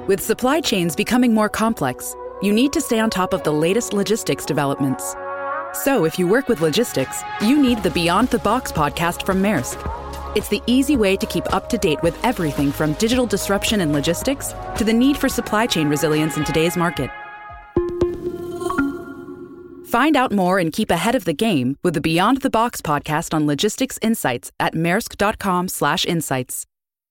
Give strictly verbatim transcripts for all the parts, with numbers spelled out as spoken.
With supply chains becoming more complex, you need to stay on top of the latest logistics developments. So if you work with logistics, you need the Beyond the Box podcast from Maersk. It's the easy way to keep up to date with everything from digital disruption in logistics to the need for supply chain resilience in today's market. Find out more and keep ahead of the game with the Beyond the Box podcast on logistics insights at maersk dot com slash insights.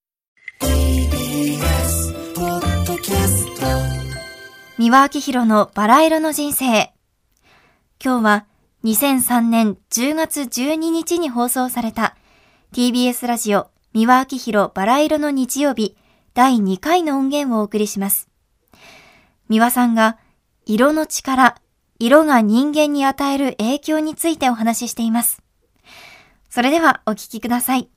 三輪明宏のバラ色の人生。今日はにせんさんねんじゅうがつじゅうににちに放送された ティービーエス ラジオ三輪明宏バラ色の日曜日だいにかいの音源をお送りします。三輪さんが色の力、色が人間に与える影響についてお話ししています。それではお聞きください。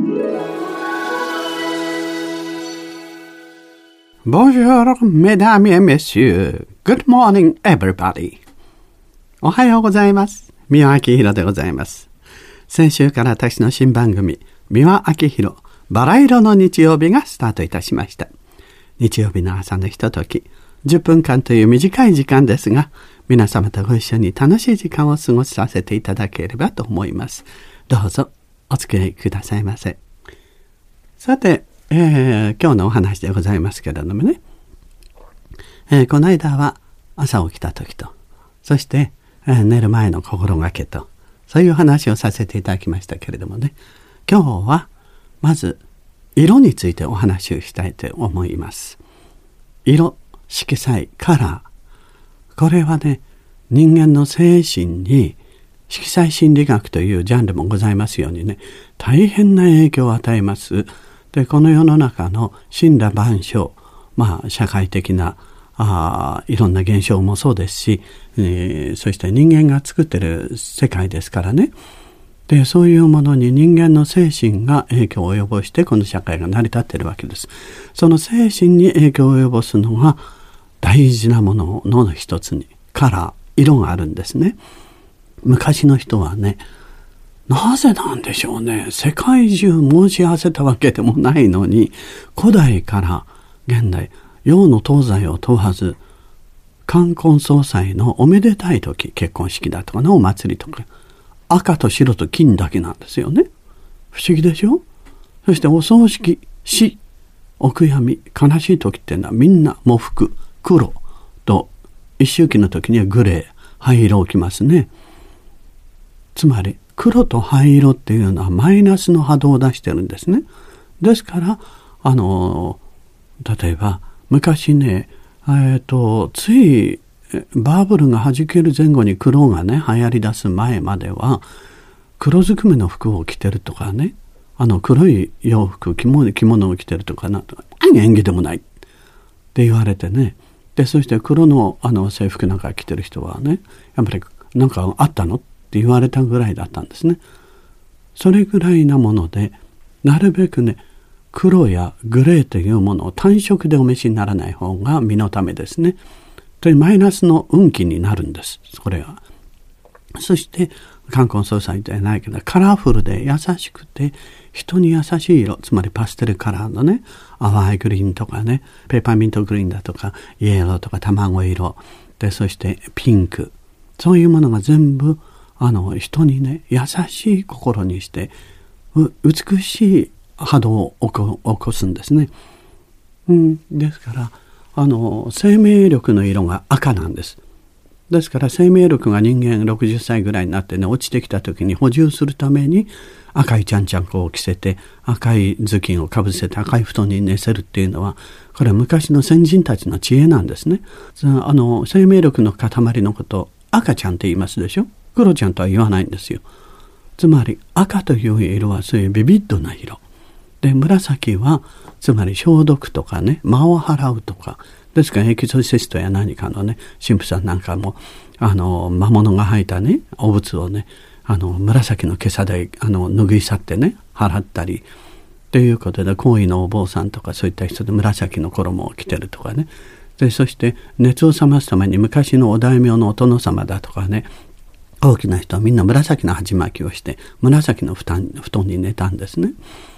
Bonjour, mesdames et messieurs. Good morning, everybody. おはようございます。三輪明宏でございます。先週から私の新番組、三輪明宏バラ色の日曜日がスタートいたしました。日曜日の朝のひととき、じゅっぷんかんという短い時間ですが、皆様とご一緒に楽しい時間を過ごさせていただければと思います。どうぞお付き合いくださいませ。さて、えー、今日のお話でございますけれどもね、えー、この間は朝起きた時と、そして、えー、寝る前の心がけと、そういう話をさせていただきましたけれどもね、今日はまず色についてお話をしたいと思います。色、色彩、カラー、これはね、人間の精神に色彩心理学というジャンルもございますようにね、大変な影響を与えます。で、この世の中の森羅万象、まあ社会的なあいろんな現象もそうですし、えー、そして人間が作ってる世界ですからね。で、そういうものに人間の精神が影響を及ぼしてこの社会が成り立っているわけです。その精神に影響を及ぼすのが大事なものの一つにカラー、色があるんですね。昔の人はね、なぜなんでしょうね。世界中申し合わせたわけでもないのに、古代から現代、洋の東西を問わず、冠婚葬祭のおめでたい時、結婚式だとかね、お祭りとか、赤と白と金だけなんですよね。不思議でしょ。そしてお葬式、死、お悔やみ、悲しい時っていうのはみんな喪服、黒と、一周忌の時にはグレー、灰色を着ますね。つまり、黒と灰色っていうのはマイナスの波動を出してるんですね。ですから、あの、例えば、昔ね、えっと、つい、バブルが弾ける前後に黒がね、流行り出す前までは、黒ずくめの服を着てるとかね、あの、黒い洋服、着物、着物を着てるとかな、演技でもないって言われてね。で、そして黒の、あの、制服なんか着てる人はね、やっぱり、なんかあったのって言われたぐらいだったんですね。それぐらいなもので、なるべくね、黒やグレーというものを単色でお召しにならない方が身のためですね。というマイナスの運気になるんです。それは。そして冠婚葬祭ではないけど、カラフルで優しくて人に優しい色、つまりパステルカラーのね、淡いグリーンとかね、ペーパーミントグリーンだとか、イエローとか卵色で、そしてピンク、そういうものが全部あの人にね、優しい心にして美しい波動を起 こ, 起こすんですね、うん、ですからあの生命力の色が赤なんです。ですから生命力が人間ろくじゅっさいぐらいになってね、落ちてきた時に補充するために赤いちゃんちゃんこを着せて、赤い頭巾をかぶせて、赤い布団に寝せるっていうのは、これは昔の先人たちの知恵なんですね。あの生命力の塊のことを赤ちゃんって言いますでしょ。黒ちゃんとは言わないんですよ。つまり赤という色はそういうビビッドな色で、紫はつまり消毒とかね、魔を払うとかですから、エキゾシストや何かのね、神父さんなんかもあの魔物が吐いたね、お物をね、あの紫の袈裟であの拭い去ってね、払ったりということで、高位のお坊さんとかそういった人で紫の衣を着てるとかね。で、そして熱を冷ますために昔のお大名のお殿様だとかね、大きな人はみんな紫の鉢巻きをして紫の布団、布団に寝たんですね。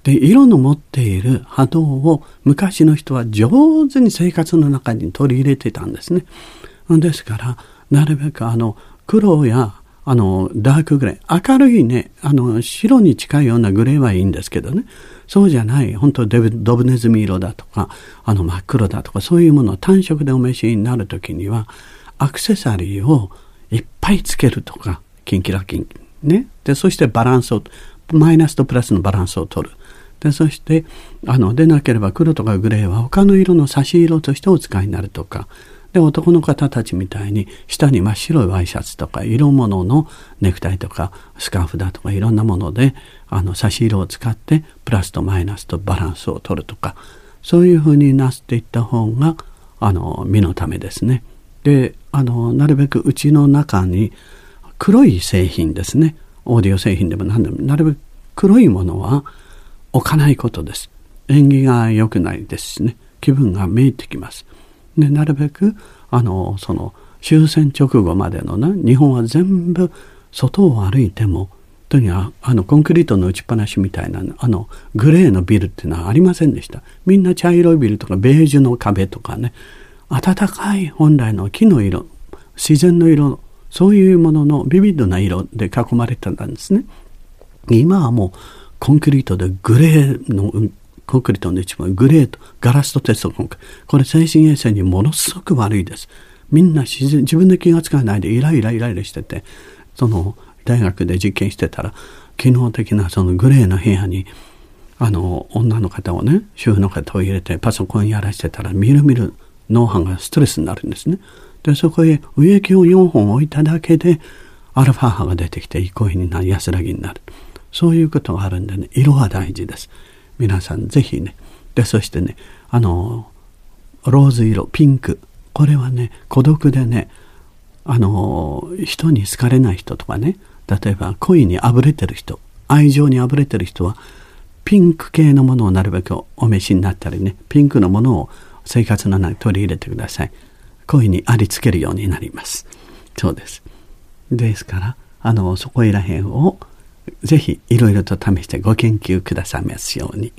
で、色の持っている波動を昔の人は上手に生活の中に取り入れてたんですね。ですから、なるべくあの、黒やあの、ダークグレー、明るいね、あの、白に近いようなグレーはいいんですけどね。そうじゃない、本当ドブネズミ色だとか、あの、真っ黒だとか、そういうものを単色でお召しになるときには、アクセサリーをいっぱいつけるとか、キンキラキン。ね。で、そしてバランスを、マイナスとプラスのバランスを取る。で、そして、あの、でなければ黒とかグレーは他の色の差し色としてお使いになるとか、で、男の方たちみたいに下に真っ白いワイシャツとか色物のネクタイとかスカーフだとかいろんなものであの差し色を使ってプラスとマイナスとバランスを取るとか、そういうふうになっていった方があの身のためですね。で、あのなるべくうちの中に黒い製品ですね、オーディオ製品でも何でもなるべく黒いものは置かないことです。縁起が良くないですしね、気分がめいてきます。で、なるべくあのその終戦直後までのね、日本は全部外を歩いてもとにかくあのコンクリートの打ちっぱなしみたいなあのグレーのビルっていうのはありませんでした。みんな茶色いビルとかベージュの壁とかね、暖かい本来の木の色、自然の色、そういうもののビビッドな色で囲まれてたんですね。今はもうコンクリートでグレーのコンクリートの一番グレーとガラスと鉄とコンクリート、これ精神衛生にものすごく悪いです。みんな自然自分で気がつかないでイライライライラしてて、その大学で実験してたら機能的なそのグレーの部屋にあの女の方をね、主婦の方を入れてパソコンやらしてたらみるみる脳波がストレスになるんですね。で、そこへ植木をよんほん置いただけでアルファ波が出てきて憩いになり安らぎになる、そういうことがあるんでね、色は大事です。皆さんぜひね。で、そしてね、あのローズ色、ピンク、これはね、孤独でね、あの人に好かれない人とかね、例えば恋にあぶれてる人、愛情にあぶれてる人はピンク系のものをなるべくお召しになったりね、ピンクのものを生活の中に取り入れてください。恋にありつけるようになります。そうです。ですからあのそこいらへんをぜひいろいろと試してご研究くださいますように。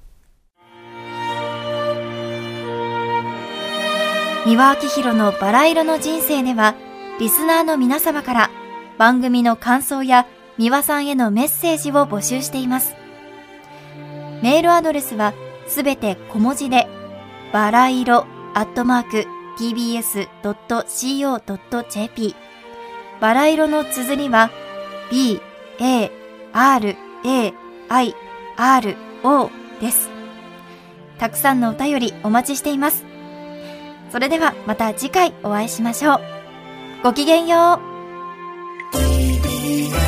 三輪明宏のバラ色の人生では、リスナーの皆様から番組の感想や三輪さんへのメッセージを募集しています。メールアドレスはすべて小文字で、バラ色アットマーク ティービーエスドットシーオードットジェーピー、 バラ色の綴りは B A R A I R O です。たくさんのお便りお待ちしています。それではまた次回お会いしましょう。ごきげんよう。